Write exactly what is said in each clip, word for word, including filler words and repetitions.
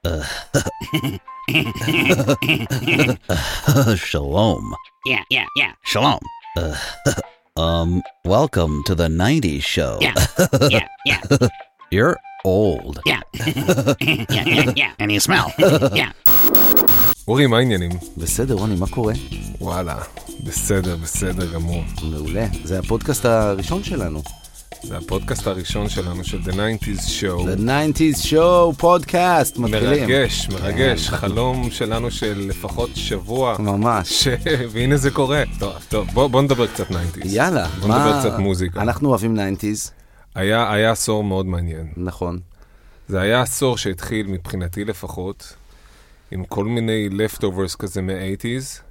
Shalom. Yeah, yeah, yeah. Shalom. Uh, um, welcome to the nineties show. Yeah, yeah, yeah, You're old. yeah. yeah, yeah, yeah. And you smell. Yeah. אורי, מה העניינים? בסדר, רוני, מה קורה? וואלה, בסדר, בסדר גמור. מעולה. זה הפודקאסט הראשון שלנו. זה הפודקאסט הראשון שלנו, של The nineties Show. The nineties Show פודקאסט, מתחילים. מרגש, מרגש. חלום שלנו של לפחות שבוע. ממש. ש... והנה זה קורה. טוב, טוב, בוא, בוא נדבר קצת nineties. יאללה. בוא מה... נדבר קצת מוזיקה. אנחנו אוהבים nineties. היה, היה עשור מאוד מעניין. נכון. זה היה עשור שהתחיל, מבחינתי לפחות, עם כל מיני leftovers כזה מ-eighties,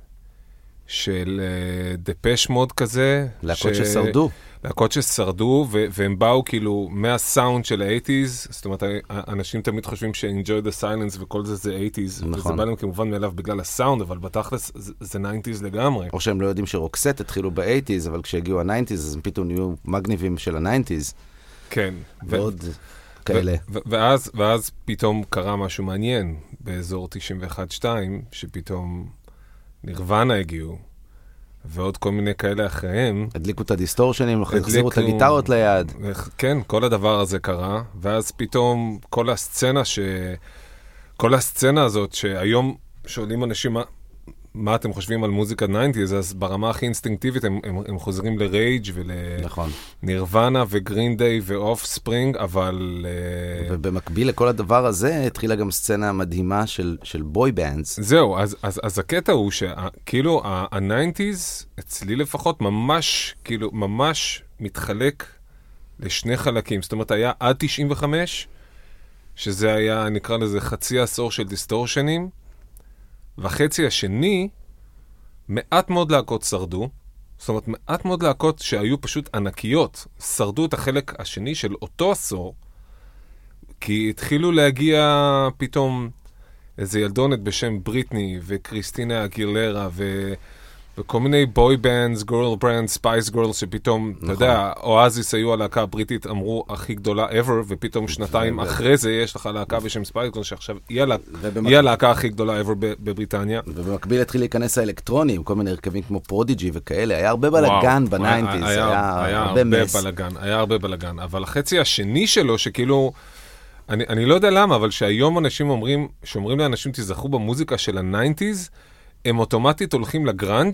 של דפש מוד כזה. להקות ש... ששרדו. להקות ששרדו, ו- והם באו כאילו מהסאונד של ה-eighties, זאת אומרת, אנשים תמיד חושבים ש-enjoy the silence וכל זה זה eighties, נכון. וזה בא להם כמובן מאליו בגלל הסאונד, אבל בתכלס זה, זה nineties לגמרי. או שהם לא יודעים שרוקסט התחילו ב-eighties, אבל כשהגיעו ה-nineties, אז הם פתאום נהיו מגניבים של ה-nineties. כן. ועוד כאלה. ו- ו- ואז, ואז פתאום קרה משהו מעניין, באזור תשעים ואחת שתיים, שפתאום נירוונה הגיעו, ועוד כל מיני כאלה אחריהם. הדליקו את הדיסטורשנים, החזירו את הגיטרות ליד. כן, כל הדבר הזה קרה, ואז פתאום כל הסצנה ש... כל הסצנה הזאת שהיום שואלים אנשים מה, מה אתם חושבים על מוזיקה nineties, אז ברמה הכי אינסטינקטיבית הם, הם, הם חוזרים לרייג' ולנירוונה וגרין דיי ואוף ספרינג, אבל... ובמקביל לכל הדבר הזה, התחילה גם סצנה מדהימה של, של בוי בנדס. זהו, אז, אז, אז הקטע הוא שכאילו ה-nineties, אצלי לפחות, ממש, כאילו, ממש מתחלק לשני חלקים. זאת אומרת, היה עד תשעים וחמש, שזה היה, נקרא לזה, חצי עשור של דיסטורשנים, והחצי השני, מעט מאוד להקות שרדו, זאת אומרת, מעט מאוד להקות שהיו פשוט ענקיות, שרדו את החלק השני של אותו עשור, כי התחילו להגיע פתאום איזה ילדונת בשם בריטני, וקריסטינה אגילרה, ו... וכל מיני בוי בנדס, גורל ברנד, ספייס גורל, שפתאום, נכון. אתה יודע, אואזיס היו הלהקה הבריטית, אמרו הכי גדולה ever, ופתאום שנתיים אחרי זה יש לך להקה בשם ספייס גורל, שעכשיו היא, הלה... ובמק... היא הלהקה הכי גדולה ever בבריטניה. ובמקביל התחיל להיכנס האלקטרונים, כל מיני הרכבים כמו פרודיג'י וכאלה, היה הרבה בלגן בניינטיז, היה, היה, היה הרבה מס. בלגן, היה הרבה בלגן, אבל החצי השני שלו, שכאילו, אני, אני לא יודע למה, אבל שהיום אנשים אומרים, שאומרים לאנשים תזכרו במוזיקה של הניינטיז, הם אוטומטית הולכים לגרנג'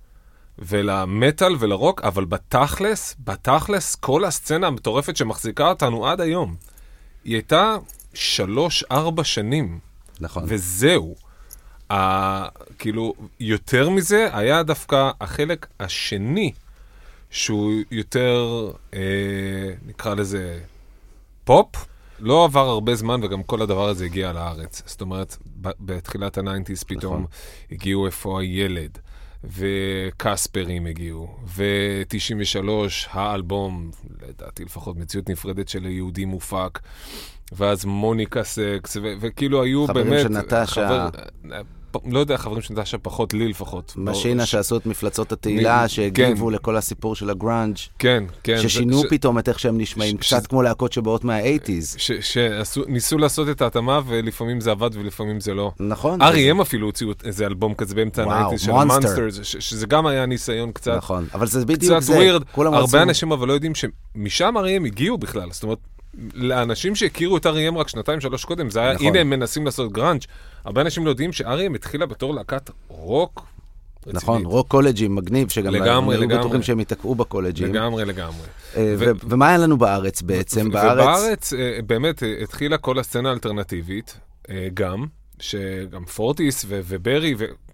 ולמטל ולרוק, אבל בתכלס, בתכלס, כל הסצנה המטורפת שמחזיקה אותנו עד היום, היא הייתה שלוש, ארבע שנים. נכון. וזהו. ה, כאילו, יותר מזה היה דווקא החלק השני, שהוא יותר, אה, נקרא לזה, פופ. לא עבר הרבה זמן, וגם כל הדבר הזה הגיע לארץ. זאת אומרת, בתחילת ה-nineties פתאום נכון. הגיעו איפה הילד, וקספרים הגיעו, ו-תשעים ושלוש האלבום, לדעתי לפחות מציאות נפרדת של יהודי מופק, ואז מוניקה סקס, ו- וכאילו היו חברים באמת... של נטשה. חבר, לא יודע, חברים של נטשה פחות, לי לפחות. משינה לא, שעשו את מפלצות התהילה, מ- שהגיבו כן. לכל הסיפור של הגרנג'. כן, כן. ששינו ש- פתאום את איך שהם נשמעים, ש- קצת ש- כמו להקות שבאות מה-eighties. שניסו לעשות את ההתאמה, ולפעמים זה עבד ולפעמים זה לא. נכון. ארי הם אפילו הוציאו איזה אלבום כזה באמצע ה-nineties של מונסטרס, שזה גם היה ניסיון קצת... נכון, אבל זה בדיוק זה. קצת ווירד. הרבה אנשים אבל לא יודעים שמשם ארי הם הגיעו בכלל. זאת אומרת, לאנשים שהכירו את ארי אם רק שנתיים, שלוש קודם, זה היה, הנה הם מנסים לעשות גרנג'. הרבה אנשים לא יודעים שארי אם התחילה בתור להקת רוק רצינית. נכון, רוק קולג'ים, מגניב, שגם לגמרי, היו לגמרי. בטוחים שהם יתקעו בקולג'ים. לגמרי, לגמרי. ומה היה לנו בארץ בעצם? ובארץ באמת התחילה כל הסצנה האלטרנטיבית, גם, שגם פורטיס וברי,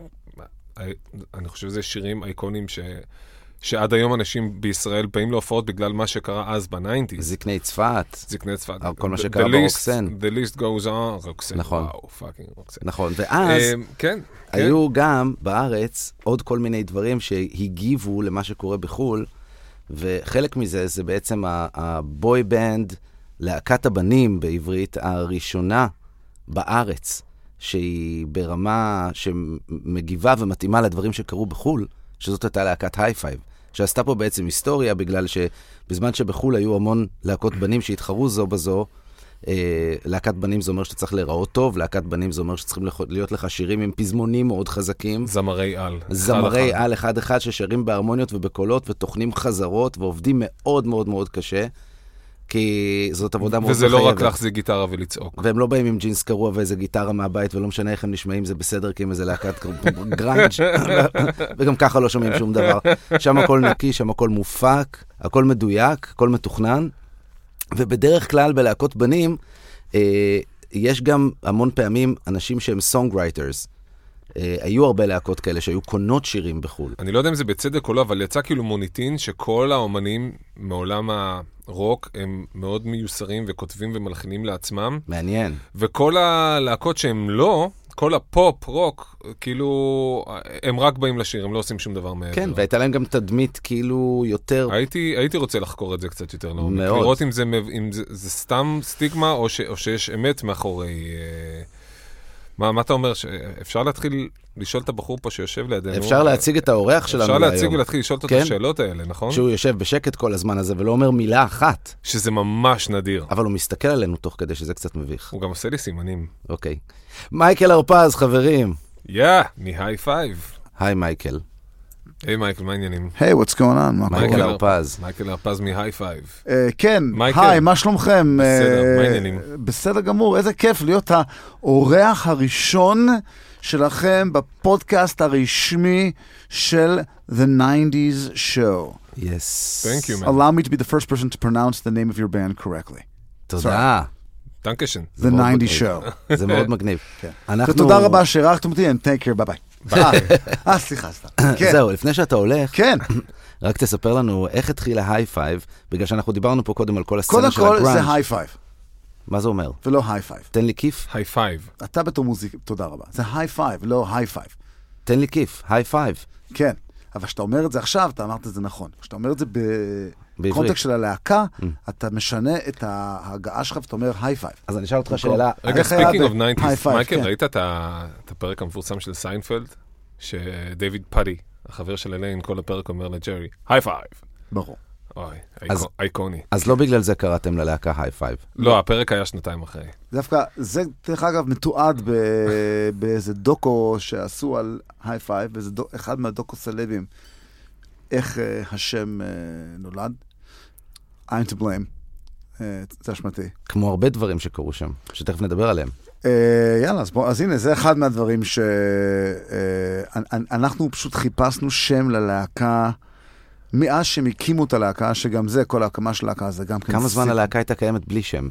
אני חושב שזה שירים אייקונים ש... שעד היום אנשים בישראל באים להופעות בגלל מה שקרה אז בניינטיז. זקני צפת. זקני צפת. כל מה שקרה ברוקסן. The list goes on, רוקסן. נכון. וואו, פאקינג רוקסן. נכון, ואז כן, היו גם בארץ עוד כל מיני דברים שהגיבו למה שקורה בחול, וחלק מזה זה בעצם הבוי בנד, להקת הבנים בעברית, הראשונה בארץ, שהיא ברמה שמגיבה ומתאימה לדברים שקרו בחול, שזאת הייתה להקת היי-פייב, שעשתה פה בעצם היסטוריה, בגלל שבזמן שבחול היו המון להקות בנים שהתחרו זו בזו, להקת בנים זה אומר שאתה צריך להיראות טוב, להקת בנים זה אומר שצריכים להיות לך שירים עם פזמונים מאוד חזקים. זמרי על. זמרי על אחד אחד ששרים בהרמוניות ובקולות ותוכנים חזרות ועובדים מאוד מאוד מאוד קשה. כי זאת עבודה מאוד מחייבת. מחייבת. וזה לא רק להחזיק גיטרה ולצעוק. והם לא באים עם ג'ינס קרוע ואיזה גיטרה מהבית, ולא משנה איך הם נשמעים, זה בסדר, כי הם איזה להקת גראנג' וגם ככה לא שומעים שום דבר. שם הכל נקי, שם הכל מופק, הכל מדויק, הכל מתוכנן. ובדרך כלל בלהקות בנים, אה, יש גם המון פעמים אנשים שהם סונגרייטרס. אה, היו הרבה להקות כאלה שהיו קונות שירים בחול. אני לא יודע אם זה בצדק או לא, אבל יצא כאילו מוניטין שכל האומנים מעולם הרוק הם מאוד מיוסרים וכותבים ומלחינים לעצמם. מעניין. וכל הלהקות שהם לא, כל הפופ, רוק, כאילו, הם רק באים לשיר, הם לא עושים שום דבר מעבר. כן, והייתה להם גם תדמית כאילו יותר... הייתי, הייתי רוצה לחקור את זה קצת יותר לעומק. מאוד. לראות אם זה, אם זה, זה סתם סטיגמה או, ש, או שיש אמת מאחורי... אה, מה, מה אתה אומר? אפשר להתחיל לשאול את הבחור פה שיושב לידינו? אפשר להציג את האורח שלנו אפשר להיום. להציג ולהתחיל לשאול את כן? השאלות האלה, נכון? שהוא יושב בשקט כל הזמן הזה ולא אומר מילה אחת. שזה ממש נדיר. אבל הוא מסתכל עלינו תוך כדי שזה קצת מביך. הוא גם עושה לי סימנים. אוקיי. מייקל הרפז, חברים. יא, מהי פייב. היי מייקל. היי מייקל, מה העניינים? היי, what's going on? מה מייקל קורה? הרפז. מייקל הרפז מהי פייב. אה, כן, מייקל. היי, מה שלומכם? בסדר, אה, מה העניינים? בסדר גמור, איזה כיף להיות האורח הראשון שלכם בפודקאסט הרשמי של The nineties Show. Yes. Thank you, man. Allow me to be the first person to pronounce the name of your band correctly. תודה. דנקשן. The מאוד nineties מגניב. Show. זה מאוד מגניב. אנחנו... ותודה רבה שהערכתם אותי, and take care, ביי ביי. אה, סליחה, סליחה. כן, זהו, לפני שאתה הולך, כן. רק תספר לנו איך התחילה היי פייב, בגלל שאנחנו דיברנו פה קודם על כל הסצנה קודם של כל הגראנג'. זה היי פייב, מה זה אומר? ולא היי פייב. תן לי כיף. היי פייב. אתה בתור מוזיק, תודה רבה. זה היי פייב, לא היי פייב. תן לי כיף. היי פייב. כן, אבל כשאתה אומר את זה עכשיו, אתה אמרת את זה נכון. כשאתה אומר את זה בעברית. בקונטקסט של הלהקה, אתה משנה את ההגעה שלך ואתה אומר היי פייב. אז אני אשאל אותך שאלה. רגע, איך היה ספיקינג אוף ב- ניינטיז, high five, מייקל, כן. ראית את ה- את הפרק המפורסם של סיינפלד? שדייוויד פאדי, החבר של אליין, כל הפרק אומר לג'רי, היי פייב. ברור. אוי, אז- אייקו- אייקוני. אז לא בגלל זה קראתם ללהקה היי פייב. לא, הפרק היה שנתיים אחרי. דווקא, זה דרך אגב מתועד ב- באיזה דוקו שעשו על היי פייב, באיזה דו- אחד מהדוקו סלבים, איך אה, השם אה, נולד. I'm to blame. אה, זה אשמתי. כמו הרבה דברים שקרו שם, שתכף נדבר עליהם. Uh, יאללה, אז, בוא, אז הנה, זה אחד מהדברים שאנחנו uh, פשוט חיפשנו שם ללהקה, מאז שהם הקימו את הלהקה, שגם זה, כל ההקמה של הלהקה, זה גם כן... כמה זמן סיפור. הלהקה הייתה קיימת בלי שם?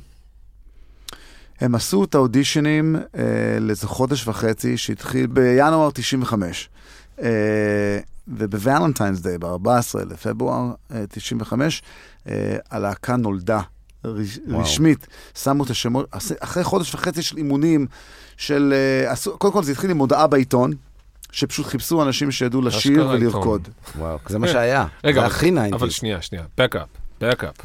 הם עשו את האודישנים uh, לאיזה חודש וחצי, שהתחיל בינואר תשעים וחמש. Uh, ובוולנטיינס דיי, ב-ארבעה עשר לפברואר uh, תשעים וחמש, uh, הלהקה נולדה. רש... רשמית, שמו את השמות, אחרי חודש וחצי של אימונים, של, uh, עשו, קודם כל זה התחיל עם הודעה בעיתון, שפשוט חיפשו אנשים שידעו לשיר אשכרה ולרקוד. וואו, זה מה שהיה. רגע, זה אבל- הכי ניינטיז. אבל שנייה, שנייה. בקאפ, בקאפ.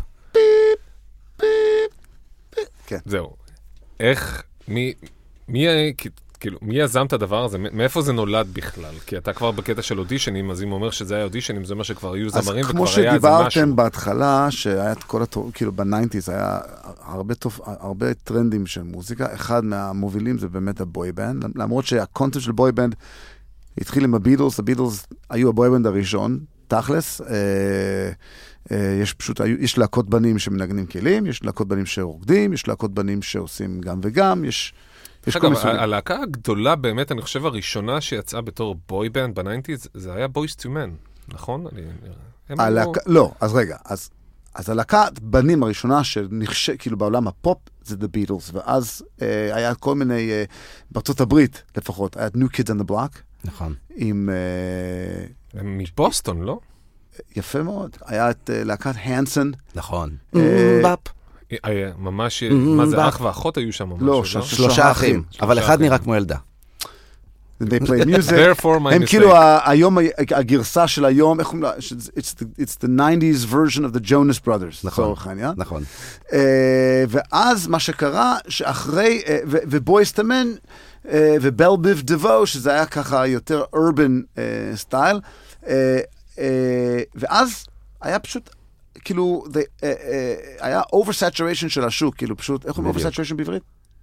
כן. זהו. איך, מי, מי, כאילו, מי יזם את הדבר הזה? מאיפה זה נולד בכלל? כי אתה כבר בקטע של אודישנים, אז אם הוא אומר שזה היה אודישנים, זה אומר שכבר היו אז זמרים כמו וכבר היה איזה משהו. שדיברתם בהתחלה, שהיה את כל התור, כאילו בניינטיז היה הרבה, תופ... הרבה טרנדים של מוזיקה, אחד מהמובילים זה באמת הבוי בנד, למרות שהקונספט של בוי בנד התחיל עם הביטלס, הביטלס היו הבוי בנד הראשון, תכלס, אה, אה, יש פשוט, היו, יש להקות בנים שמנגנים כלים, יש להקות בנים שרוקדים, יש להקות בנים שעושים גם וגם, יש... יש כל אגב, מיני סוגים. הלהקה הגדולה באמת, אני חושב הראשונה שיצאה בתור בוי בנד בניינטיז, זה היה בויז טו מן, נכון? אני- הם היו- הלהקה, לא, אז רגע, אז, אז הלהקת בנים הראשונה שנחשב, כאילו בעולם הפופ, זה The Beatles, ואז אה, היה כל מיני, אה, בארצות הברית לפחות, היה New Kids on the Block, נכון. עם, אה, הם מבוסטון, לא? יפה מאוד, היה את אה, להקת הנסון, נכון. אה, באפ. היה ממש, מה זה, אח ואחות היו שם ממש, לא, לא? ש- שלושה אחים, אבל שלושה אחד אחים. נראה כמו ילדה. they play music, Therefore my הם mistake. כאילו ה- היום, ה- הגרסה של היום, איך קוראים לה? It's the- it's the nineties version of the Jonas Brothers, נכון. לצורך העניין. נכון. אה, ואז מה שקרה, שאחרי, אה, ו- ובויז טו מן, אה, ובל ביב דבו, שזה היה ככה יותר urban סטייל, ואז היה פשוט, כאילו, היה oversaturation של השוק, כאילו פשוט, איך אומרים oversaturation בעברית?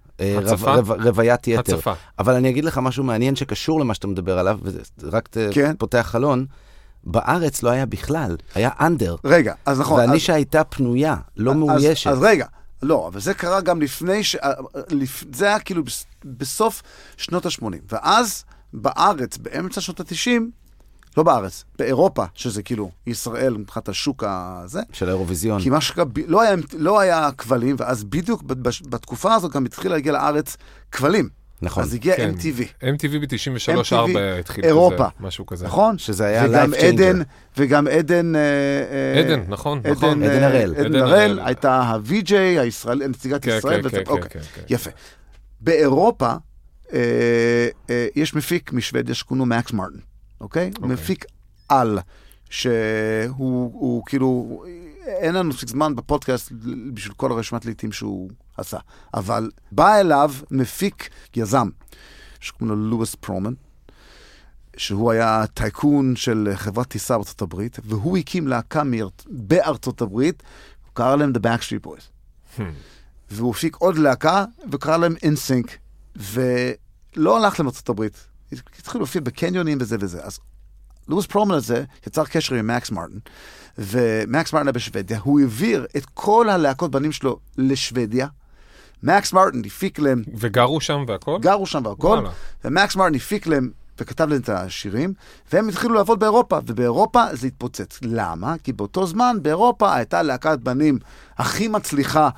רוויית יתר. הצפה. אבל אני אגיד לך משהו מעניין שקשור למה שאתה מדבר עליו, ורק פותח חלון, בארץ לא היה בכלל, היה אנדר. רגע, אז נכון. והנישה הייתה פנויה, לא מאוישת. אז רגע, לא, אבל זה קרה גם לפני, ש... זה היה כאילו בסוף שנות ה-שמונים. ואז בארץ, באמצע שנות ה-תשעים, לא בארץ, באירופה, שזה כאילו ישראל, מבחינת השוק הזה. של האירוויזיון. כי מה שקרה, לא היה, לא היה כבלים, ואז בדיוק בתקופה הזאת גם התחיל להגיע לארץ כבלים. נכון. אז הגיע כן. אם טי וי. אם טי וי ב-תשעים ושלוש ארבע התחיל אירופה. כזה, משהו כזה. נכון? שזה היה וגם life עדן, changer. וגם עדן... עדן, נכון, נכון. עדן הראל. עדן הראל, הייתה ה-וי-ג'יי, הישראל, נציגת כן, ישראל. כן, וזה- כן, אוקיי, כן, כן. יפה. באירופה, אה, אה, יש מפיק משוודיה שקוראים לו מקס מרטין, אוקיי? מפיק על, שהוא הוא, כאילו, אין לנו מספיק זמן בפודקאסט בשביל כל הרשימת לעיתים שהוא עשה, אבל בא אליו מפיק יזם, שקוראים לו לואיס פרומן, שהוא היה טייקון של חברת טיסה בארצות הברית, והוא הקים להקה בארצות הברית, הוא קרא להם The Backstreet Boys. והוא הפיק עוד להקה, וקרא להם InSync, ולא הלך לארצות הברית. התחילו להופיע בקניונים וזה וזה. אז לואיס פרומן הזה יצר קשר עם מקס מרטין, ומקס מרטין היה בשוודיה, הוא העביר את כל הלהקות בנים שלו לשוודיה, מקס מרטין הפיק להם, וגרו שם והכל? גרו שם והכל, ומקס מרטין הפיק להם וכתב להם את השירים, והם התחילו לעבוד באירופה, ובאירופה זה התפוצץ. למה? כי באותו זמן באירופה הייתה להקת בנים הכי מצליחה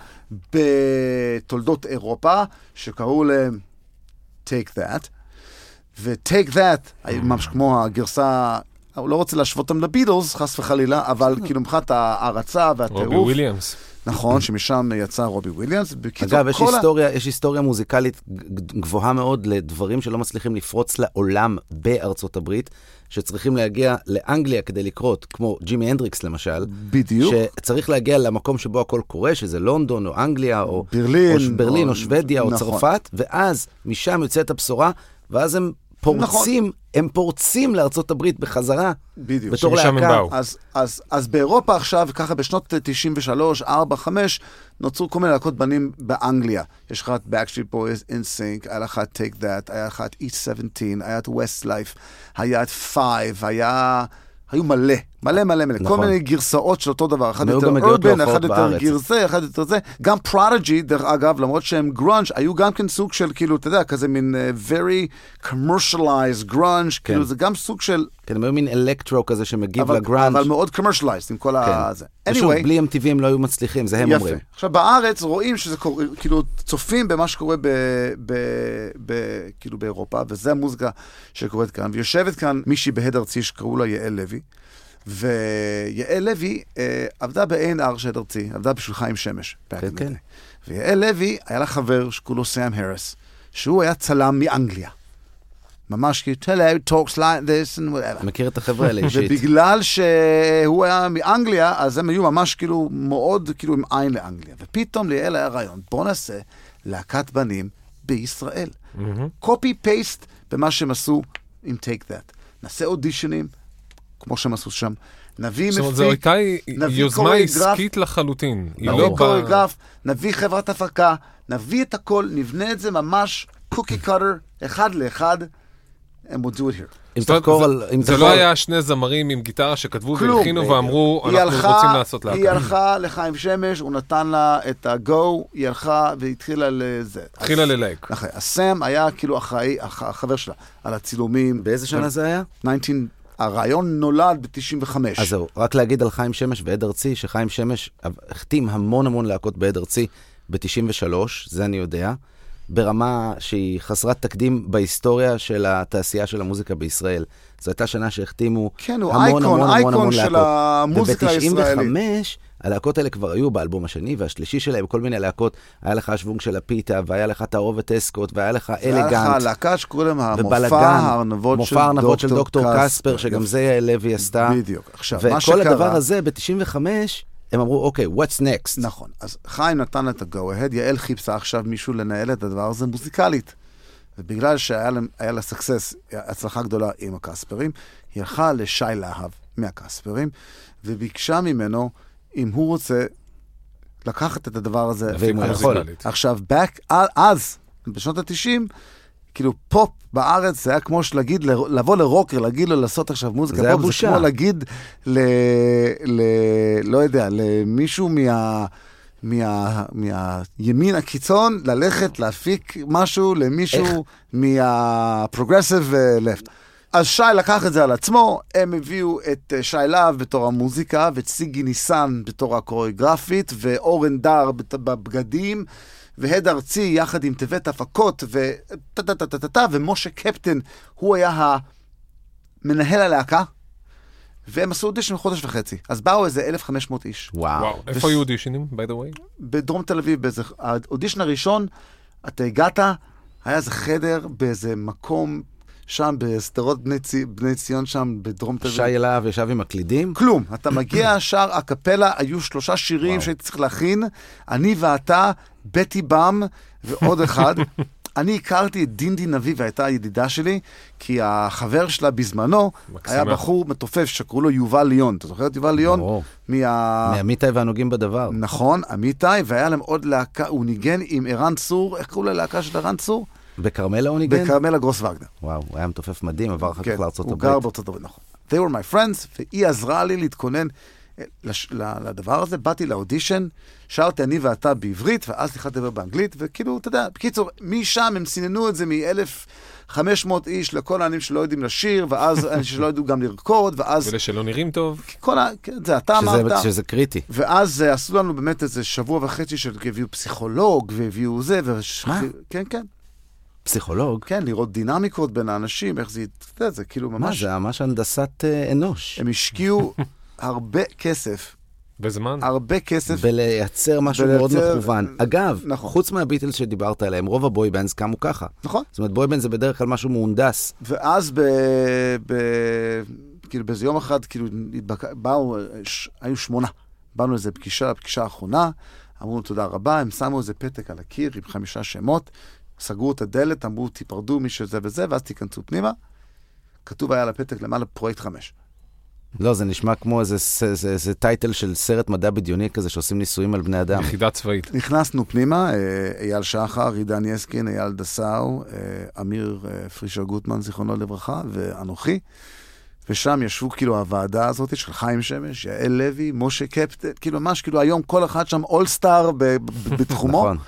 בתולדות אירופה, שקראו להם Take That, ו-Take That, ממש כמו הגרסה, הוא לא רוצה להשוות אותם לביטלס, חס וחלילה, אבל כאילו מבחינת ההרצה והטירוף. רובי וויליאמס. נכון, שמשם יצא רובי וויליאמס. אגב, יש היסטוריה, יש היסטוריה מוזיקלית גבוהה מאוד לדברים שלא מצליחים לפרוץ לעולם בארצות הברית, שצריכים להגיע לאנגליה כדי לקרות, כמו ג'ימי הנדריקס למשל. בדיוק. שצריך להגיע למקום שבו הכל קורה, שזה לונדון או אנגליה או ברלין, או ברלין או, או שוודיה או נכון. צרפת, ואז משם יוצאת הבשורה, ואז הם פורצים, נכון. הם פורצים לארצות הברית בחזרה. בדיוק. בתור להקה. אז, אז, אז באירופה עכשיו, ככה בשנות תשעים ושלוש, ארבע, חמש, נוצרו כל מיני להקות בנים באנגליה. יש לך את Backstreet Boys, InSync, היה לך את Take That, היה לך את E שבע עשרה, היה את Westlife, היה את Five, היה... היו מלא, מלא מלא מלא, נכון. כל מיני גרסאות של אותו דבר, אחד היו יותר גם מגיעות אורבן, להופעות אחד יותר בארץ. גרסה, אחד יותר זה. גם Prodigy, דרך אגב, למרות שהם גרunge, היו גם כן סוג של, כאילו, אתה יודע, כזה מין uh, very commercialized grunge, כאילו זה גם סוג של... כן, הם היו מין אלקטרו כזה שמגיב אבל, לגרנג'. אבל מאוד commercialized עם כל כן. הזה. ושוב, anyway, בלי אם טי וי הם לא היו מצליחים, זה הם יפה. אומרים. עכשיו, בארץ רואים שזה קורה, כאילו, צופים במה שקורה ב, ב, ב, כאילו באירופה, וזה המוזיקה שקורית כאן, ויושבת כאן מישהי בהד ארצי שקראו לה יעל לוי, ויעל לוי אה, עבדה ב-איי אנד אר של ארצי, עבדה בשביל חיים שמש. כן, כן. ויעל לוי היה לה חבר שקוראים לו סאם הריס, שהוא היה צלם מאנגליה. ממש כאילו, hello, talks like this and whatever. מכיר את החבר'ה האלה אישית. ובגלל שהוא היה מאנגליה, אז הם היו ממש כאילו מאוד כאילו עם עין לאנגליה. ופתאום ליעל היה רעיון, בוא נעשה להקת בנים בישראל. קופי פייסט במה שהם עשו עם Take That. נעשה אודישנים, כמו שהם עשו שם. נביא זאת אומרת, מפיק, זו הייתה נביא יוזמה קוריאוגרף, עסקית לחלוטין. היא נביא לא באה... קוריאוגרף, נביא חברת הפקה, נביא את הכל, נבנה את זה ממש קוקי קאטר, אחד לאחד, and we'll do it here. אם תחקור על... אם זה תחקור- לא היה שני זמרים עם גיטרה שכתבו כלום. והלחינו ואמרו, היא אנחנו הלכה- רוצים לעשות היא להקה. הלכה לחיים שמש, הוא נתן לה את ה-go, היא הלכה והתחילה לזה. התחילה אז- ללייק. נכון, הסם היה כאילו אחראי, הח- החבר שלה, על הצילומים. באיזה שנה זה היה? תשע עשרה, הרעיון נולד ב-תשעים וחמש. אז זהו, רק להגיד על חיים שמש ועד ארצי, שחיים שמש החתים המון המון להקות בעד ארצי ב-תשעים ושלוש, זה אני יודע, ברמה שהיא חסרת תקדים בהיסטוריה של התעשייה של המוזיקה בישראל. זו הייתה שנה שהחתימו כן, הוא המון אייקון, המון המון אייקון המון של להקות. המוזיקה הישראלית. וב-תשעים וחמש הלהקות האלה כבר היו באלבום השני והשלישי שלהם, כל מיני להקות, היה לך השוונג של הפיתה, והיה לך תערובת אסקוט, והיה לך היה לך אלגנט, להקה שקוראים להם המופע ובלגן, הארנבות של מופע הארנבות של דוקטור דוקטור קספר, קספר, שגם יפה. זה יעל לוי עשתה. בדיוק. עכשיו, מה וכל שקרה... הדבר הזה ב-תשעים וחמש, הם אמרו, אוקיי, what's next? נכון. אז חיים נתן לה את ה-go-ahead, יעל חיפשה עכשיו מישהו לנהל את הדבר הזה מוזיקלית. ובגלל שהיה לה, היה לה סקסס, הצלחה גדולה עם הקספרים, היא הלכה לשי להב מהקספרים, וביקשה ממנו אם הוא רוצה לקחת את הדבר הזה. ואם הוא יכול. עכשיו, back, אז, בשנות ה-תשעים, כאילו פופ בארץ זה היה כמו להגיד, לבוא לרוקר, להגיד לו לעשות עכשיו מוזיקה. זה היה בושה. זה כמו להגיד, ל, ל, לא יודע, למישהו מה... מה, מהימין הקיצון, ללכת להפיק משהו למישהו מה-progressive left. אז שי לקח את זה על עצמו, הם הביאו את שי להב בתור המוזיקה, ואת סיגי ניסן בתור הקוריאוגרפית, ואורן דר בבגדים, והד ארצי יחד עם טבת הפקות, וטטטטטטטט, ומשה קפטן, הוא היה המנהל הלהקה, והם עשו אודישן חודש וחצי. אז באו איזה אלף וחמש מאות איש. וואו. איפה היו אודישנים, by the way? בדרום תל אביב, באיזה... האודישן הראשון, אתה הגעת, היה איזה חדר באיזה מקום שם, בסדרות בני, צי... בני ציון שם, בדרום תל אביב. שי אליו ישב עם הקלידים? כלום. אתה מגיע, שר הקפלה, היו שלושה שירים וואו. שהייתי צריך להכין, אני ואתה, בטי בם ועוד אחד. אני הכרתי את דינדי נביא, והייתה הידידה שלי, כי החבר שלה בזמנו מקסימה. היה בחור מתופף, שקראו לו יובל ליון. אתה זוכר את יובל ליון? מה... מעמיתי והנוגעים בדבר. נכון, עמיתי, והיה להם עוד להקה, הוא ניגן עם ערן צור, איך קראו ללהקה של ערן צור? בקרמלה הוא ניגן? בקרמלה גרוס וגנר. וואו, הוא היה מתופף מדהים, עבר אחר כן, כך לארצות הוא הברית. גר בארצות הברית, נכון. They were my friends, והיא עזרה לי להתכונן לש... לדבר הזה, באתי לאודישן, שרתי אני ואתה בעברית, ואז התחלתי לדבר באנגלית, וכאילו, אתה יודע, בקיצור, משם הם סיננו את זה מ-אלף וחמש מאות איש לכל האנשים שלא יודעים לשיר, ואז אנשים שלא יודעים גם לרקוד, ואז... ואלה שלא נראים טוב. כל ה... זה אתה אמרת. שזה קריטי. ואז עשו לנו באמת איזה שבוע וחצי של הביאו פסיכולוג, והביאו זה, וש... מה? כן, כן. פסיכולוג? כן, לראות דינמיקות בין האנשים, איך זה... אתה יודע, זה כאילו ממש... מה, זה ממש הנדסת אה, אנוש. הם השקיעו הרבה כסף. בזמן? הרבה כסף. בלייצר משהו בלייצר... מאוד מכוון. אגב, נכון. חוץ מהביטלס שדיברת עליהם, רוב הבוי בנדס קמו ככה. נכון. זאת אומרת, בוי בנדס זה בדרך כלל משהו מהונדס. ואז ב... ב... כאילו, באיזה יום אחד, כאילו, התבק... באו, ש... היו שמונה. באנו איזה פגישה, הפגישה האחרונה, אמרו תודה רבה, הם שמו איזה פתק על הקיר עם חמישה שמות, סגרו את הדלת, אמרו תיפרדו מי שזה וזה, ואז תיכנסו פנימה. כתוב היה על הפתק למעלה פרויקט חמש. לא, זה נשמע כמו איזה, איזה, איזה טייטל של סרט מדע בדיוני כזה שעושים ניסויים על בני אדם. יחידה צבאית. נכנסנו פנימה, אייל שחר, עידן יסקין, אייל דסאו, אמיר פרישר גוטמן, זיכרונו לברכה, ואנוכי. ושם ישבו כאילו הוועדה הזאת של חיים שמש, יעל לוי, משה קפטן, כאילו ממש כאילו היום כל אחד שם אולסטאר בתחומו. נכון.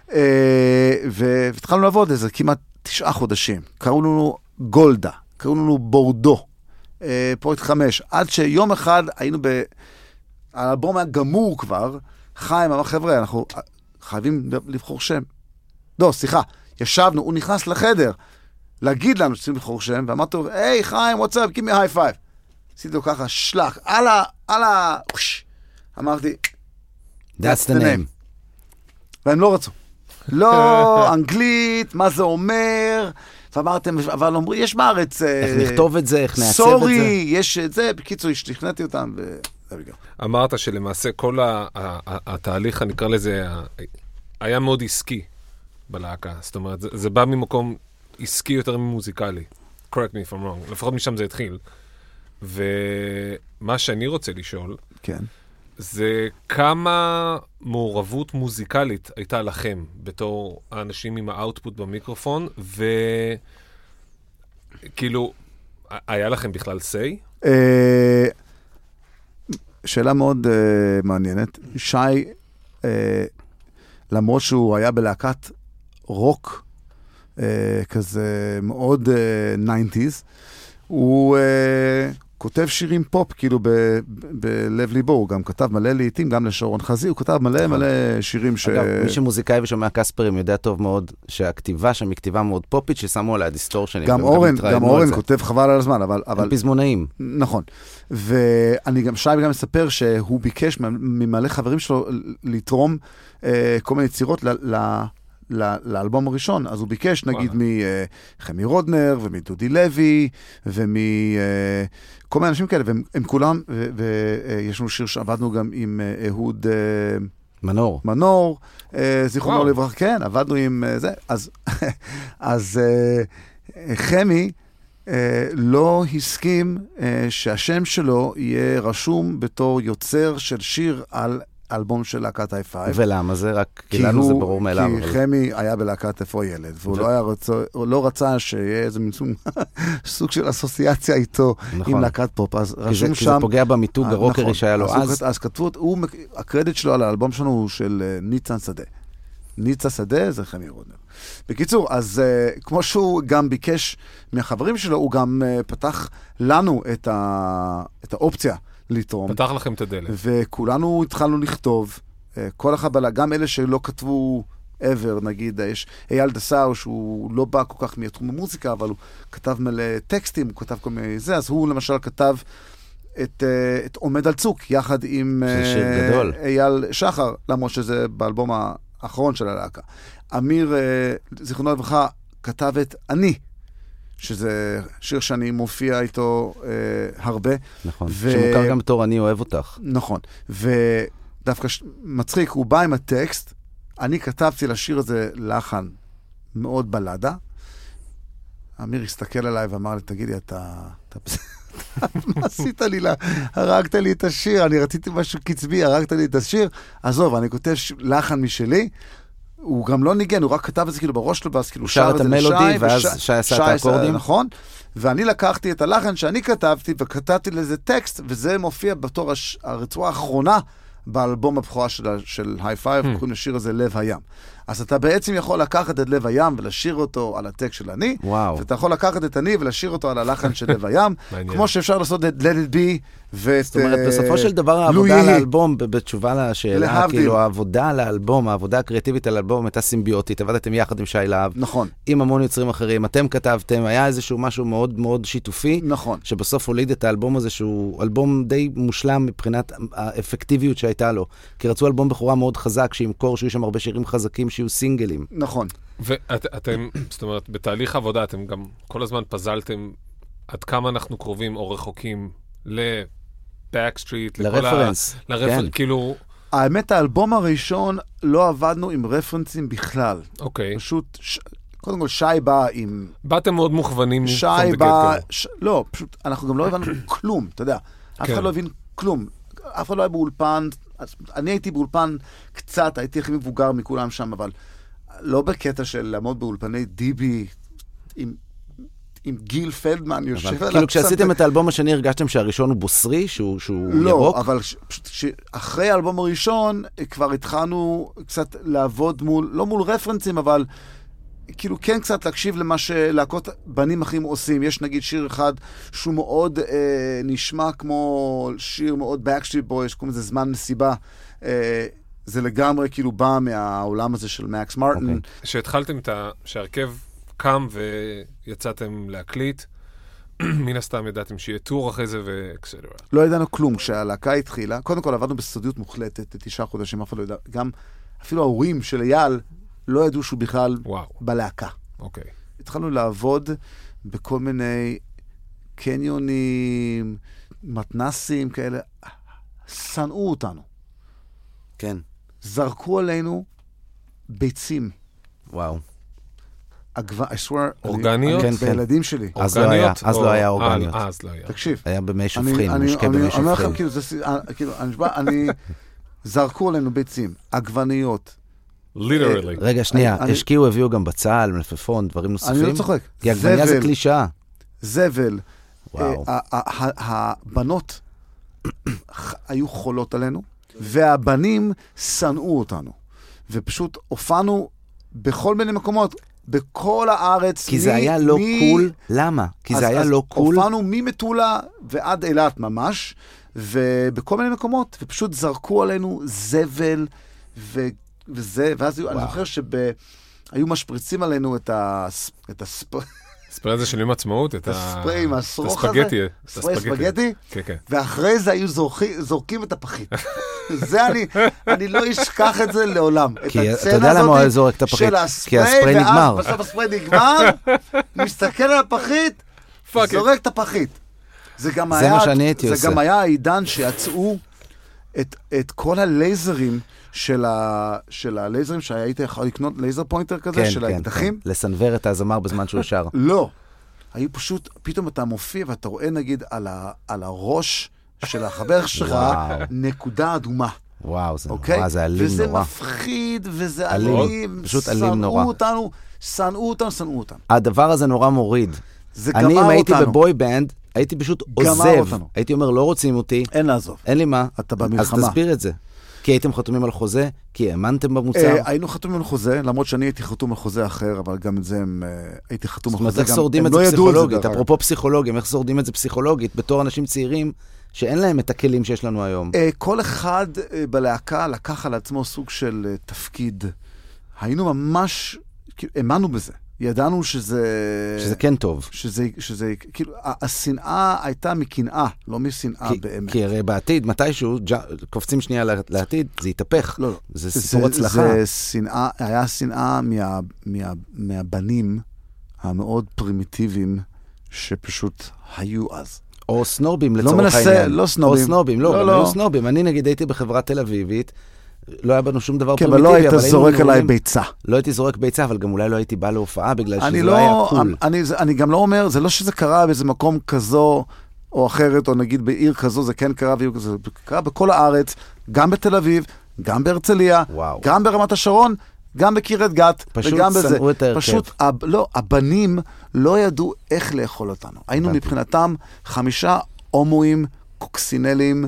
והתחלנו לעבוד איזה כמעט תשעה חודשים. קראו לנו גולדה, קראו לנו בורדו. פרויקט חמש, עד שיום אחד היינו ב... האלבום היה גמור כבר, חיים אמר, חבר'ה, אנחנו חייבים לבחור שם. לא, סליחה, ישבנו, הוא נכנס לחדר, להגיד לנו שצריכים לבחור שם, ואמרתי לו, היי, חיים, what's up, give me a high five. עשיתי לו ככה, שלח, על ה... על ה... אמרתי, that's the name. והם לא רצו. לא, אנגלית, מה זה אומר... ואמרתם, אבל אומרים, יש בארץ... איך נכתוב את זה, איך נעצב את זה. סורי, יש את זה, בקיצור, השתכנעתי אותם, וזה בגלל. אמרת שלמעשה כל התהליך, אני אקרא לזה, היה מאוד עסקי בלהקה. זאת אומרת, זה בא ממקום עסקי יותר ממוזיקלי. correct me if I'm wrong. לפחות משם זה התחיל. ומה שאני רוצה לשאול, כן. זה כמה מעורבות מוזיקלית הייתה לכם בתור האנשים עם האוטפוט במיקרופון, וכאילו, היה לכם בכלל say? שאלה מאוד מעניינת. שי, למרות שהוא היה בלהקת רוק, כזה מאוד ניינטיז, הוא... כותב שירים פופ, כאילו, בלב ליבו, הוא גם כתב מלא לעיתים, גם לשרון חזי, הוא כתב מלא מלא שירים ש... אגב, מי שמוזיקאי ושומע קספרים יודע טוב מאוד שהכתיבה שם היא כתיבה מאוד פופית, ששמו עליה דיסטורשנים. גם אורן, גם אורן כותב חבל על הזמן, אבל... הם פזמונאים. נכון. ואני גם, שי גם מספר שהוא ביקש ממלא חברים שלו לתרום כל מיני יצירות ל... לאלבום הראשון, אז הוא ביקש נגיד מחמי רודנר ומדודי לוי ומכל מיני אנשים כאלה, והם כולם, ויש לנו שיר שעבדנו גם עם אהוד מנור, מנור, זיכרונו לברכה, כן, עבדנו עם זה, אז חמי לא הסכים שהשם שלו יהיה רשום בתור יוצר של שיר על אלבום של להקת היי-פייב. ולמה? זה רק, כי לנו זה ברור מאליו. כי חמי היה בלהקת איפה ילד, והוא לא היה רצה, הוא לא רצה שיהיה איזה סוג של אסוציאציה איתו עם להקת פופ. אז רשום שם... כי זה פוגע במיתוג הרוקרי שהיה לו אז. אז כתבו, הקרדיט שלו על האלבום שלנו הוא של ניצן שדה. ניצה שדה זה חמי רודנר. בקיצור, אז uh, כמו שהוא גם ביקש מהחברים שלו, הוא גם uh, פתח לנו את, ה, את האופציה לתרום. פתח לכם את הדלת. וכולנו התחלנו לכתוב, uh, כל החבלה, גם אלה שלא כתבו ever, נגיד, יש אייל דסאו, שהוא לא בא כל כך מתחום המוזיקה, אבל הוא כתב מלא טקסטים, הוא כתב כל מיני זה, אז הוא למשל כתב את, uh, את עומד על צוק, יחד עם uh, אייל שחר, למרות שזה באלבום ה... האחרון של הלהקה. אמיר, זיכרונו לברכה, כתב את אני, שזה שיר שאני מופיע איתו אה, הרבה. נכון, ו... שמוכר גם בתור אני אוהב אותך. נכון, ודווקא ש... מצחיק, הוא בא עם הטקסט, אני כתבתי לשיר הזה לחן מאוד בלדה, אמיר הסתכל עליי ואמר לי, תגידי, אתה... אתה... מה עשית לי? הרגת לי את השיר, אני רציתי משהו קצבי, הרגת לי את השיר. עזוב, אני כותב לחן משלי, הוא גם לא ניגן, הוא רק כתב את זה כאילו בראש שלו, ואז כאילו שר את המלודי, ואז שי עשה את האקורדים. נכון, ואני לקחתי את הלחן שאני כתבתי, וכתבתי לזה טקסט, וזה מופיע בתור הרצועה האחרונה, באלבום הבכורה של היי-פייב, קוראים לשיר הזה לב הים. אז אתה בעצם יכול לקחת את לב הים ולשיר אותו על הטקסט של אני, ואתה יכול לקחת את אני ולשיר אותו על הלחן של לב הים, כמו שאפשר לעשות את Let It Be ואת זאת אומרת, בסופו של דבר העבודה על האלבום, בתשובה לשאלה, כאילו העבודה על האלבום, העבודה הקריאטיבית על האלבום הייתה סימביוטית, עבדתם יחד עם שי להב, נכון. עם המון יוצרים אחרים, אתם כתבתם, היה איזשהו משהו מאוד מאוד שיתופי, נכון. שבסוף הוליד את האלבום הזה, שהוא אלבום די מושלם מבחינת האפקטיביות שהייתה לו, כי רצו אלבום בחורה מאוד חזק, שימכור, שיהיו שם הרבה שירים חזקים, שיהיו סינגלים. נכון. ואתם, זאת אומרת, בתהליך העבודה, אתם גם כל הזמן פזלתם עד כמה אנחנו קרובים או רחוקים לבקסטריט, לרפרנס. לרפרנס, כאילו... האמת, האלבום הראשון לא עבדנו עם רפרנסים בכלל. אוקיי. פשוט, קודם כל, שי בא עם... באתם מאוד מוכוונים. שי בא... לא, פשוט, אנחנו גם לא הבנו כלום, אתה יודע. אף אחד לא הבין כלום. אף אחד לא היה באולפן, אני הייתי באולפן קצת, הייתי הכי מבוגר מכולם שם, אבל לא בקטע של לעמוד באולפני דיבי עם, עם גיל פלדמן יושב עליו. כאילו כשעשיתם את האלבום השני הרגשתם שהראשון הוא בוסרי, שהוא, שהוא לא, ירוק? לא, אבל אחרי האלבום הראשון כבר התחלנו קצת לעבוד מול, לא מול רפרנסים, אבל כאילו כן קצת להקשיב למה שלהקות בנים אחרים עושים. יש נגיד שיר אחד שהוא מאוד אה, נשמע כמו שיר מאוד Backstreet Boys, שקוראים לזה זמן מסיבה. אה, זה לגמרי כאילו בא מהעולם הזה של מקס מרטין. שהתחלתם את ה... שהרכב קם ויצאתם להקליט, מן הסתם ידעתם שיהיה טור אחרי זה ואקסטרה. לא ידענו כלום. כשהלהקה התחילה, קודם כל עבדנו בסודיות מוחלטת, תשעה חודשים, אף אחד לא ידע. גם אפילו ההורים של אייל לא ידעו שהוא בכלל וואו. בלהקה. אוקיי. התחלנו לעבוד בכל מיני קניונים, מתנסים כאלה. שנאו אותנו. כן. זרקו עלינו ביצים. וואו. אגב, I swear, אורגניות? אני, כן, בילדים שלי. אז לא היה, אז לא היה אורגניות. אז לא היה. תקשיב. היה במי שופכים, מושקע במי שופכים. אני אומר לכם, כאילו, זה, כאילו, אני, זרקו עלינו ביצים, עגבניות. Literally. רגע, שנייה, השקיעו, הביאו גם בצל, מלפפון, דברים נוספים. אני לא צוחק. כי עגבניה זה קלישאה. זבל. וואו. הבנות היו חולות עלינו, והבנים שנאו אותנו. ופשוט הופענו בכל מיני מקומות, בכל הארץ. כי זה היה לא קול. למה? כי זה היה לא קול. הופענו ממטולה ועד אילת ממש, ובכל מיני מקומות, ופשוט זרקו עלינו זבל ו... וזה, ואז אני זוכר שהיו משפריצים עלינו את הספרי... הספרי הזה של יום עצמאות, את הספרי עם הסרוך הזה. הספגטי. ספרי ספגטי. כן, כן. ואחרי זה היו זורקים את הפחית. זה אני, אני לא אשכח את זה לעולם. כי אתה יודע למה הוא זורק את הפחית? כי הספרי נגמר. ואז בסוף הספרי נגמר, מסתכל על הפחית, זורק את הפחית. זה גם היה... זה מה שאני הייתי עושה. זה גם היה העידן שיצאו את כל הלייזרים, של, ה... של הלייזרים שהייתי יכול לקנות לייזר פוינטר כזה, כן, של כן, האקדחים. כן. לסנבר את הזמר בזמן שהוא שר. לא. היו פשוט, פתאום אתה מופיע ואתה רואה נגיד על, ה, על הראש של החבר שלך נקודה אדומה. וואו, זה אוקיי? נורא, זה אלים וזה נורא. מפחיד, וזה אלים, אלים, פשוט אלים נורא. שנאו אותנו, שנאו אותנו, שנאו אותנו. הדבר הזה נורא מוריד. זה אני, גמר אם הייתי אותנו. בבוי בנד, הייתי פשוט גמר עוזב. אותנו. הייתי אומר, לא רוצים אותי, אין לעזוב. אין לי מה. אתה במלחמה. אז תסביר את זה. כי הייתם חתומים על חוזה? כי האמנתם במוצר? אה, היינו חתומים על חוזה, למרות שאני הייתי חתום על חוזה אחר, אבל גם את זה הם, אה, הייתי חתום על זאת אומרת, חוזה. איך גם- שורדים הם את זה לא ידעו את פסיכולוגית? דרך אגב. אפרופו פסיכולוגים, איך שורדים את זה פסיכולוגית בתור אנשים צעירים שאין להם את הכלים שיש לנו היום? אה, כל אחד אה, בלהקה לקח על עצמו סוג של אה, תפקיד. היינו ממש, כאילו, האמנו בזה. ידענו שזה... שזה כן טוב. שזה, שזה, כאילו, ה- השנאה הייתה מקנאה, לא משנאה כי- באמת. כי הרי בעתיד, מתישהו, ג'- קופצים שנייה לעתיד, זה יתהפך. לא, לא. זה סיפור הצלחה. זה שנאה, היה שנאה מה, מה, מהבנים המאוד פרימיטיביים שפשוט היו אז. או סנובים לא לצורך מנסה, העניין. לא סנובים. או סנובים, לא, לא, גם לא. היו סנובים. אני נגיד הייתי בחברה תל אביבית, לא היה בנו שום דבר כן, אבל פרימיטיבי, לא היית אבל היינו זורק עליי נוראים- ביצה. לא הייתי זורק ביצה, אבל גם אולי לא הייתי בא להופעה, בגלל אני שזה לא היה קול. אני, זה- אני גם לא אומר, זה לא שזה קרה באיזה מקום כזו או אחרת, או נגיד בעיר כזו, זה כן קרה, בעיר כזו, זה קרה בכל הארץ, גם בתל אביב, גם בהרצליה, וואו. גם ברמת השרון, גם בקריית גת, פשוט וגם בזה. שנאו את ההרכב. פשוט, הב, לא, הבנים לא ידעו איך לאכול אותנו. היינו הבנתי. מבחינתם חמישה הומואים, קוקסינלים,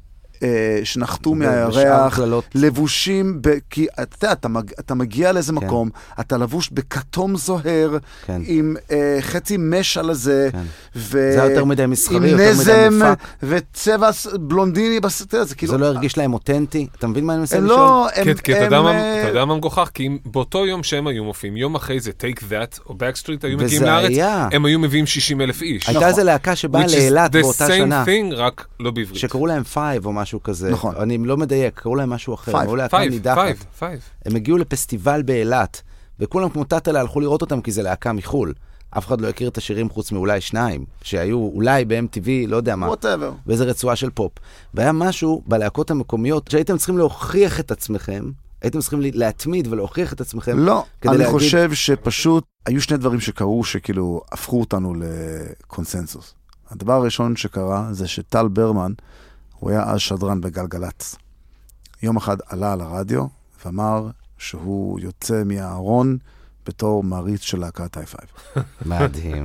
אה, שנחתו ושאר מהירח, כללות. לבושים, ב... כי אתה יודע, אתה, מג... אתה מגיע לאיזה כן. מקום, אתה לבוש בכתום זוהר, כן. עם אה, חצי מש על הזה, כן. ו... זה היה יותר מדי מסחרי, עם יותר מדי נזם, מופק. וצבע ס- בלונדיני, בס... אתה יודע, זה כאילו... זה לא הרגיש להם אותנטי? אתה מבין מה אני מנסה הם לשאול? לא, הם... כן, כי אתה הם, יודע מה- אה, אתה יודע מה מגוחך? כי אם באותו יום שהם היו מופיעים, יום אחרי זה Take That או Backstreet היו וזה מגיעים לארץ, היה. הם היו מביאים שישים אלף איש. הייתה איזה להקה שבאה Which is לאילת the באותה same שנה, thing, רק לא בעברית. שקראו להם פייב או משהו כזה. נכון. אני לא מדייק, קראו להם משהו אחר. Five. קראו להקה פייב, נידחת. פייב, פייב. הם הגיעו לפסטיבל באילת, וכולם כמו טאטלה הלכו לראות אותם כי זה להקה מחול. אף אחד לא הכיר את השירים חוץ מאולי שניים, שהיו אולי ב-אם טי וי, לא יודע מה, whatever. באיזה רצועה של פופ. והיה משהו בלהקות המקומיות שהייתם צריכים להוכיח את עצמכם, הייתם צריכים להתמיד ולהוכיח את עצמכם. לא, כדי אני להגיד- חושב שפשוט היו שני דברים שקרו שכאילו הפכו אותנו לקונסנזוס. הדבר הראשון שקרה זה שטל ברמן, הוא היה אז שדרן בגלגלץ. יום אחד עלה על הרדיו ואמר שהוא יוצא מהארון בתור מעריץ של להקת היי פייב. מדהים.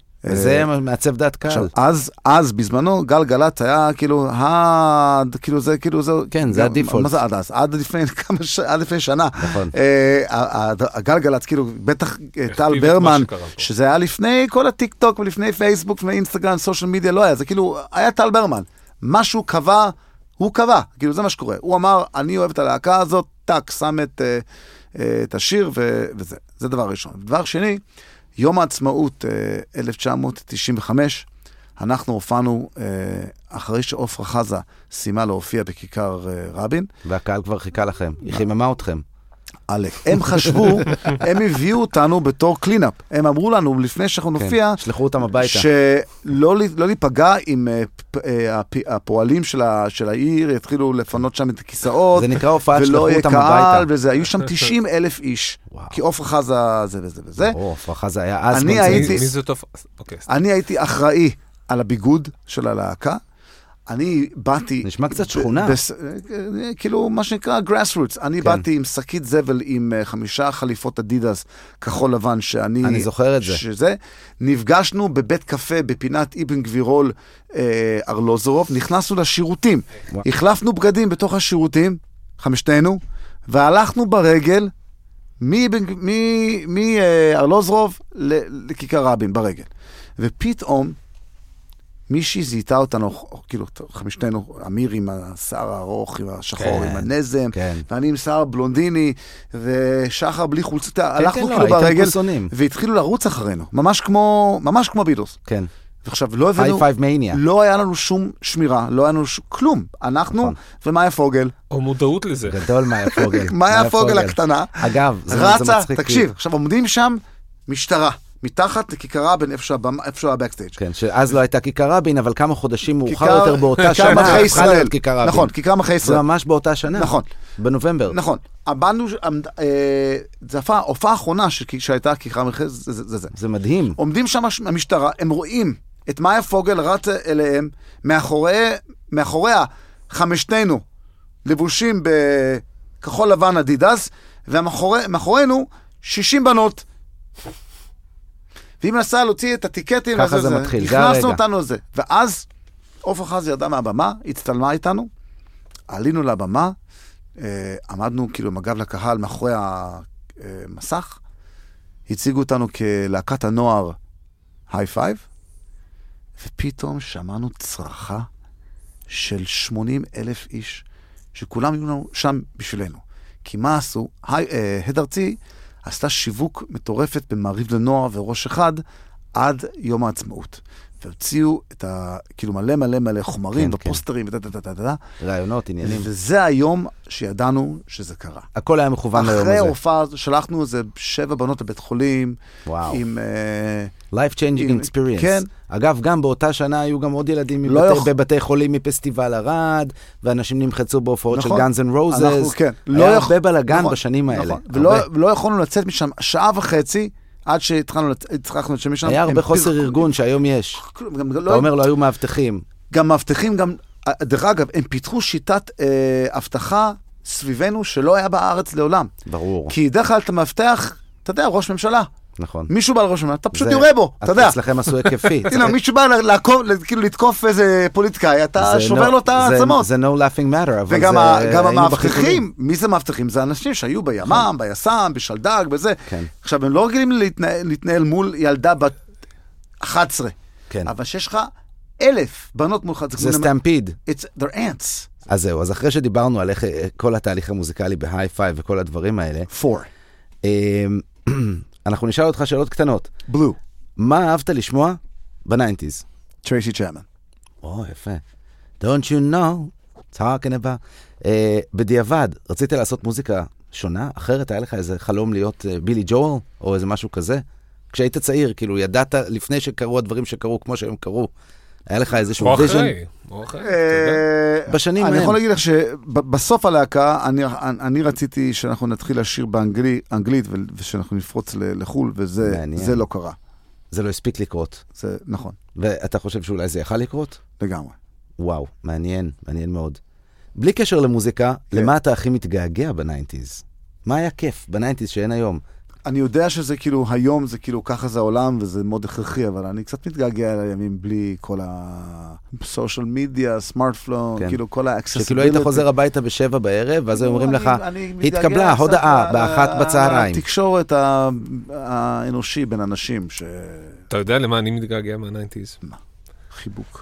וזה מעצב דעת עכשיו, קהל. אז, אז בזמנו גלגלצ היה כאילו, ה... כאילו זה, כאילו זה... כן, זה גם- הדיפולט. מה זה עד אז? עד לפני כמה ש... עד לפני שנה. נכון. אה, ה- ה- הגלגלצ, כאילו, בטח אה, טל הכתיב את ברמן, מה שקרה פה. שזה היה לפני כל הטיק טוק ולפני פייסבוק ולפני אינסטגרם, סושיאל מדיה, לא היה, זה כאילו, היה טל ברמן. משהו קבע, הוא קבע, כאילו זה מה שקורה. הוא אמר, אני אוהב את הלהקה הזאת, טק, שם את, אה, אה, את השיר ו... וזה. זה דבר ראשון. דבר שני, יום העצמאות אה, אלף תשע מאות תשעים וחמש, אנחנו הופענו, אה, אחרי שעופרה חזה סיימה להופיע בכיכר אה, רבין, והקהל כבר חיכה לכם. היא חיממה אתכם. עלק. הם חשבו, הם הביאו אותנו בתור קלינאפ. הם אמרו לנו, לפני שאנחנו נופיע, כן, שלחו אותם הביתה. שלא ל- לא להיפגע אם אה, פ- אה, הפ- הפועלים של ה- של העיר יתחילו לפנות שם את הכיסאות, זה נקרא הופעת שלחו ולא יהיה אותם קהל, הביתה. וזה, היו שם תשעים אלף איש. וואו. כי עופרה חזה זה וזה וזה. או, הפרחה זה היה אז. אני קונצרט. הייתי- מי מי זה טוב? אוקיי. אני הייתי אחראי על הביגוד של הלהקה. אני באתי... נשמע קצת ב- שכונה. בס- כאילו, מה שנקרא grassroots. אני כן. באתי עם שקית זבל עם אה, חמישה חליפות אדידס כחול לבן, שאני... אני זוכר את זה. שזה. נפגשנו בבית קפה בפינת אבן גבירול אה, ארלוזורוב, נכנסנו לשירותים. וואו. החלפנו בגדים בתוך השירותים, חמשתנו, והלכנו ברגל מארלוזורוב לכיכר רבין ברגל. ופתאום מישהי זיהתה אותנו, כאילו, חמישתנו, אמיר עם השיער הארוך, עם השחור, כן, עם הנזם, כן. ואני עם שיער בלונדיני, ושחר בלי חולצה, הלכנו כן, לא, כאילו הייתם ברגל, פוסונים. והתחילו לרוץ אחרינו, ממש כמו, ממש כמו ביטלס. כן. ועכשיו, לא הבאנו, היי פייב מניה. לא היה לנו שום שמירה, לא היה לנו ש... כלום. אנחנו נכון. ומאיה פוגל, או מודעות לזה. גדול מאיה פוגל. מאיה פוגל הקטנה, אגב, זה זה רצה, מצחיק. תקשיב, עכשיו עומדים שם משטרה, מתחת לכיכר רבין, איפה שהוא הבקסטייג'. כן, שאז לא הייתה כיכר רבין, אבל כמה חודשים מאוחר כיכר- יותר באותה כיכר שנה, מלכי הפכה ישראל. להיות כיכר רבין. נכון, כיכר מלכי זה ישראל. ממש באותה שנה. נכון. בנובמבר. נכון. הבנו, אה, זה הפעה, הופעה האחרונה ש- שהייתה כיכר מלכי, זה זה. זה. זה מדהים. עומדים שם המשטרה, הם רואים את מאיה פוגל רץ אליהם, מאחורי, מאחוריה חמשתנו לבושים בכחול לבן אדידס, ומאחורינו שישים בנות. והיא מנסה להוציא את הטיקטים, ככה וזה, זה מתחיל, זה הרגע. הכנסנו אותנו לזה. ואז עופר חזי ירדה מהבמה, הצטלמה איתנו, עלינו לבמה, אה, עמדנו כאילו עם הגב לקהל מאחורי המסך, הציגו אותנו כלהקת הנוער היי פייב, ופתאום שמענו צרחה של שמונים אלף איש, שכולם היו לנו שם בשבילנו. כי מה עשו? היי, אה, הד ארצי עשתה שיווק מטורפת במעריב לנוער וראש אחד עד יום העצמאות. והוציאו את ה... כאילו מלא מלא מלא חומרים כן, ופוסטרים ודדדדדדה. רעיונות, עניינים. וזה היום שידענו שזה קרה. הכל היה מכוון ליום אחרי הזה. ההופעה הזו שלחנו איזה שבע בנות לבית חולים. וואו. עם... אה, life changing עם- experience. כן. אגב, גם באותה שנה היו גם עוד ילדים לא מבתי, יכול- בבתי חולים מפסטיבל ארד, ואנשים נמחצו בהופעות נכון. של גאנז אנד רוזס. אנחנו, כן. לא היה יכול- הרבה בלגן נכון, בשנים האלה. נכון. ולא הרבה. ולא יכולנו לצאת משם שעה וחצי, עד שהתחלנו לצ- הצלחנו לצאת משם. היה הם הרבה חוסר פירקו- ארגון שהיום יש. כלום, גם אתה לא- אומר, לא היו מאבטחים. גם מאבטחים, גם, דרך אגב, הם פיתחו שיטת אה, אבטחה סביבנו שלא היה בארץ לעולם. ברור. כי דרך כלל אתה מאבטח, אתה יודע, ראש ממשלה. נכון. מישהו בא לראש ממשלה, אתה פשוט זה- יורה בו, אתה יודע. אצלכם עשו היקפי. הנה, מישהו בא לעקוב, כאילו לתקוף איזה פוליטיקאי, אתה זה שובר no- לו את זה- העצמות. זה no laughing matter, אבל וגם זה... ה- גם היינו המאבטחים, בחיתולים. מי זה מאבטחים? זה אנשים שהיו בימ"מ, ביס"מ, בשלדג, בזה. כן. עכשיו, הם לא רגילים להתנהל, להתנהל מול ילדה בת אחת עשרה. כן. אבל שיש לך אלף בנות מולך, זה סטמפיד. It's their ants. אז זהו, אז אחרי שדיברנו על איך אה, כל התהליך המוזיקלי בהיי פייב וכל הדברים האלה, Four. אה, אנחנו נשאל אותך שאלות קטנות. Blue. מה אהבת לשמוע בניינטיז? Tracy Chapman. או, יפה. Don't you know, talking about. Uh, בדיעבד, רצית לעשות מוזיקה שונה, אחרת? היה לך איזה חלום להיות uh, בילי ג'ואל, או איזה משהו כזה? כשהיית צעיר, כאילו, ידעת לפני שקרו הדברים שקרו כמו שהם קרו, היה לך איזשהו או ויז'ן? אחרי, או אחרי, אתה יודע. אה, בשנים אני ההם. יכול להגיד לך שבסוף הלהקה, אני, אני רציתי שאנחנו נתחיל לשיר באנגלית, ושאנחנו נפרוץ ל- לחול, וזה מעניין. זה לא קרה. זה לא הספיק לקרות. זה נכון, ואתה חושב שאולי זה יכל לקרות? לגמרי. וואו, מעניין, מעניין מאוד. בלי קשר למוזיקה, כן. למה אתה הכי מתגעגע בניינטיז? מה היה כיף בניינטיז שאין היום? אני יודע שזה כאילו, היום זה כאילו, ככה זה העולם, וזה מאוד הכרחי, אבל אני קצת מתגעגע לימים בלי כל הסושיאל מדיה, סמארטפון, כן. כאילו כל האקססיביליטי. שכאילו היית חוזר הביתה בשבע בערב, ואז הם אומרים אני- לך, אני מתגעגע התקבלה קצת הודעה ל- באחת בצהריים. התקשורת ה- האנושי בין אנשים, אתה יודע למה אני מתגעגע מהניינטיז? שחיבוק.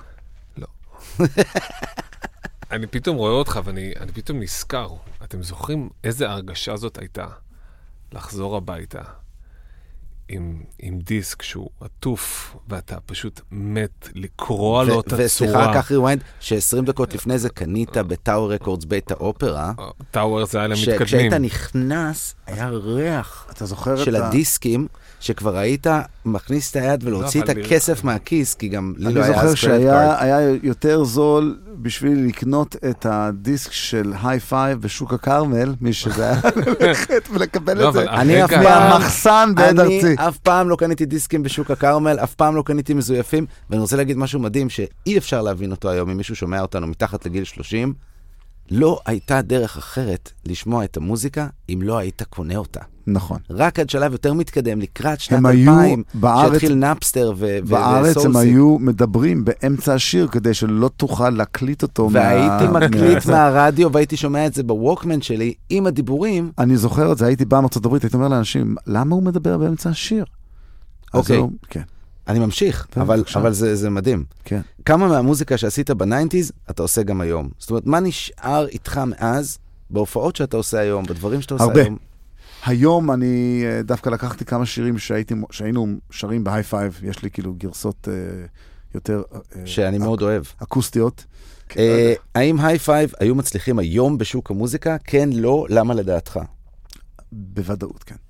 אני פתאום רואה אותך ואני אני פתאום נזכר. אתם זוכרים איזה הרגשה זאת הייתה? לחזור הביתה עם, עם דיסק שהוא עטוף, ואתה פשוט מת לקרוא לו את הצורה. וסליחה, קח ריוויינד, ש-עשרים דקות לפני זה קנית בטאור רקורדס בית האופרה, טאוור זה היה למתקדמים. כשהיית נכנס, היה ריח אתה זוכר של את ה... הדיסקים, שכבר היית מכניס את היד ולהוציא את אבל- הכסף מהכיס, כי גם לי לא אני היה זוכר אז קרדיט שהיה קארד. היה יותר זול בשביל לקנות את הדיסק של היי פייב בשוק הכרמל, מי שזה היה ללכת ולקבל לא, את זה. אבל אני אף הרגע- פעם, במחסן בעד אני ארצי. אף פעם לא קניתי דיסקים בשוק הכרמל, אף פעם לא קניתי מזויפים, ואני רוצה להגיד משהו מדהים שאי אפשר להבין אותו היום, אם מישהו שומע אותנו מתחת לגיל שלושים, לא הייתה דרך אחרת לשמוע את המוזיקה אם לא היית קונה אותה. נכון. רק עד שלב יותר מתקדם, לקראת שנת הם היו אלפיים, בארץ- שהתחיל נאפסטר ו- ו- בארץ הם וסולסיק. היו מדברים באמצע השיר כדי שלא תוכל להקליט אותו. מה- והייתי מקליט מה- מהרדיו והייתי שומע את זה בווקמן שלי עם הדיבורים. אני זוכר את זה, הייתי בא מארצות הברית, הייתי אומר לאנשים, למה הוא מדבר באמצע השיר? אז אוקיי. הוא- כן, אני ממשיך, כן, אבל, בבקשה. אבל זה, זה מדהים. כן. כמה מהמוזיקה שעשית בניינטיז אתה עושה גם היום? זאת אומרת, מה נשאר איתך מאז בהופעות שאתה עושה היום, בדברים שאתה עושה הרבה. היום? היום אני אה, דווקא לקחתי כמה שירים שהייתי, שהיינו שרים בהיי פייב, יש לי כאילו גרסות אה, יותר אה, שאני מאוד אוהב. אקוסטיות. אה, האם היי פייב היו מצליחים היום בשוק המוזיקה? כן, לא, למה לדעתך? בוודאות, כן.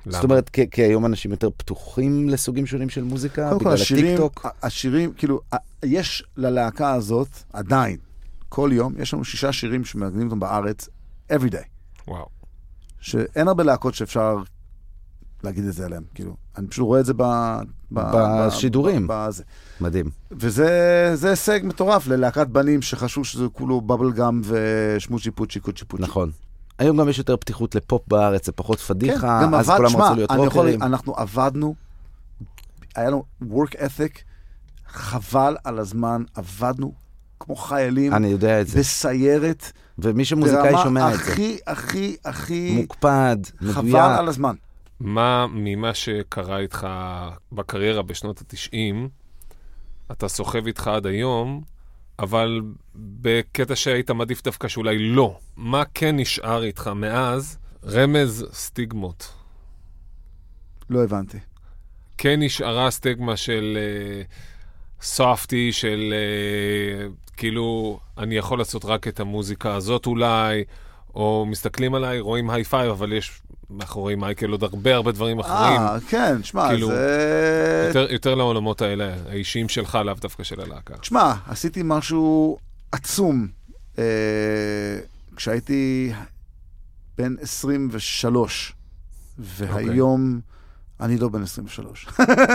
זאת אומרת, כי, כי היום אנשים יותר פתוחים לסוגים שונים של מוזיקה, קודם כל, בגלל השירים, הטיקטוק? השירים, כאילו, יש ללהקה הזאת, עדיין, כל יום, יש לנו שישה שירים שמנגנים אותם בארץ, every day. וואו. שאין הרבה להקות שאפשר להגיד את זה עליהם, כאילו. אני פשוט רואה את זה ב... בשידורים. בזה. מדהים. וזה זה הישג מטורף ללהקת בנים שחשבו שזה כולו בבל גאם ושמוצ'י פוצ'י קוצ'י פוצ'י. נכון. היום גם יש יותר פתיחות לפופ בארץ, זה פחות פדיחה, כן, אז עבד, כולם שמה, רצו להיות רוקרים. יכול, אנחנו עבדנו, היה לנו work ethic, חבל על הזמן, עבדנו כמו חיילים, אני יודע את זה. בסיירת, ומי שמוזיקאי שומע את זה. הכי, הכי, הכי... מוקפד, מדויק. חבל על הזמן. מה ממה שקרה איתך בקריירה בשנות ה-תשעים, אתה סוחב איתך עד היום, אבל בקטע שהיית מעדיף דווקא שאולי לא. מה כן נשאר איתך מאז? רמז סטיגמות. לא הבנתי. כן נשארה סטיגמה של סופטי, uh, של uh, כאילו, אני יכול לעשות רק את המוזיקה הזאת אולי, או מסתכלים עליי, רואים היי פייב, אבל יש מאחורי מייקל עוד הרבה הרבה דברים אחרים. אה, כן, שמה, כאילו, זה... יותר, יותר לעולמות האלה, האישיים שלך, לאו דווקא של הלהקה. תשמע, עשיתי משהו עצום אה, כשהייתי בן עשרים ושלוש, והיום okay. אני לא בן עשרים ושלוש.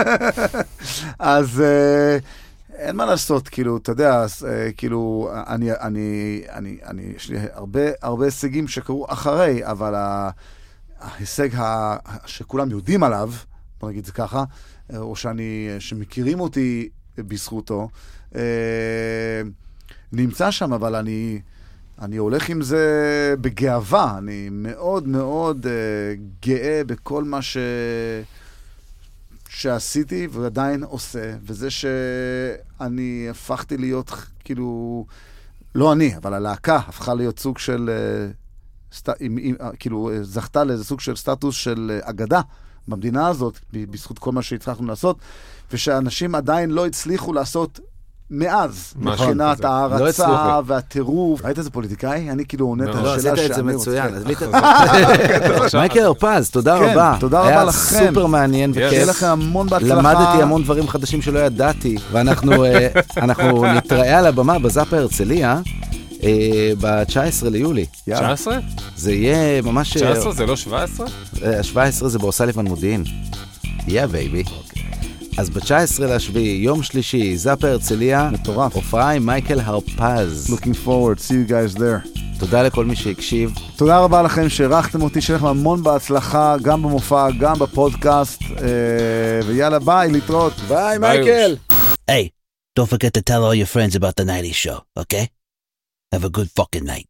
אז אה, אין מה לעשות, כאילו, אתה יודע, אה, כאילו, אני, אני, אני, אני, יש לי הרבה, הרבה הישגים שקרו אחרי, אבל ה... ההישג ה... שכולם יודעים עליו, בוא נגיד זה ככה, או שאני, שמכירים אותי בזכותו, נמצא שם, אבל אני, אני הולך עם זה בגאווה. אני מאוד מאוד גאה בכל מה ש... שעשיתי ועדיין עושה, וזה שאני הפכתי להיות, כאילו, לא אני, אבל הלהקה הפכה להיות סוג של... סט... עם, עם, כאילו, זכתה לאיזה סוג של סטטוס של אגדה במדינה הזאת, בזכות כל מה שהצלחנו לעשות, ושאנשים עדיין לא הצליחו לעשות מאז, מבחינת ההרצה והטירוף. ראית איזה פוליטיקאי? אני כאילו עונה את השאלה שאני רוצה. לא, עשית את זה מצוין. מייקל הרפז, תודה רבה. תודה רבה לכם. היה סופר מעניין וכיף. שיהיה לכם המון בהצלחה. למדתי המון דברים חדשים שלא ידעתי, ואנחנו נתראה על הבמה בזאפה הרצליה, ב-תשעה עשרה ליולי. תשע עשרה? זה יהיה ממש... תשע עשרה זה לא שבע עשרה? שבע עשרה זה באוסליבן מודיעין. יא בייבי. אז ב-תשעה עשרה לשביעי, יום שלישי, זאפה הרצליה. מטורף. הופעה עם מייקל הרפז. Looking forward, see you guys there. תודה לכל מי שהקשיב. תודה רבה לכם שערכתם אותי, שיהיה לכם המון בהצלחה, גם במופע, גם בפודקאסט. ויאללה, ביי, להתראות. ביי, מייקל. Hey, don't forget to tell all your friends about the nighty show, okay? Have a good fucking night.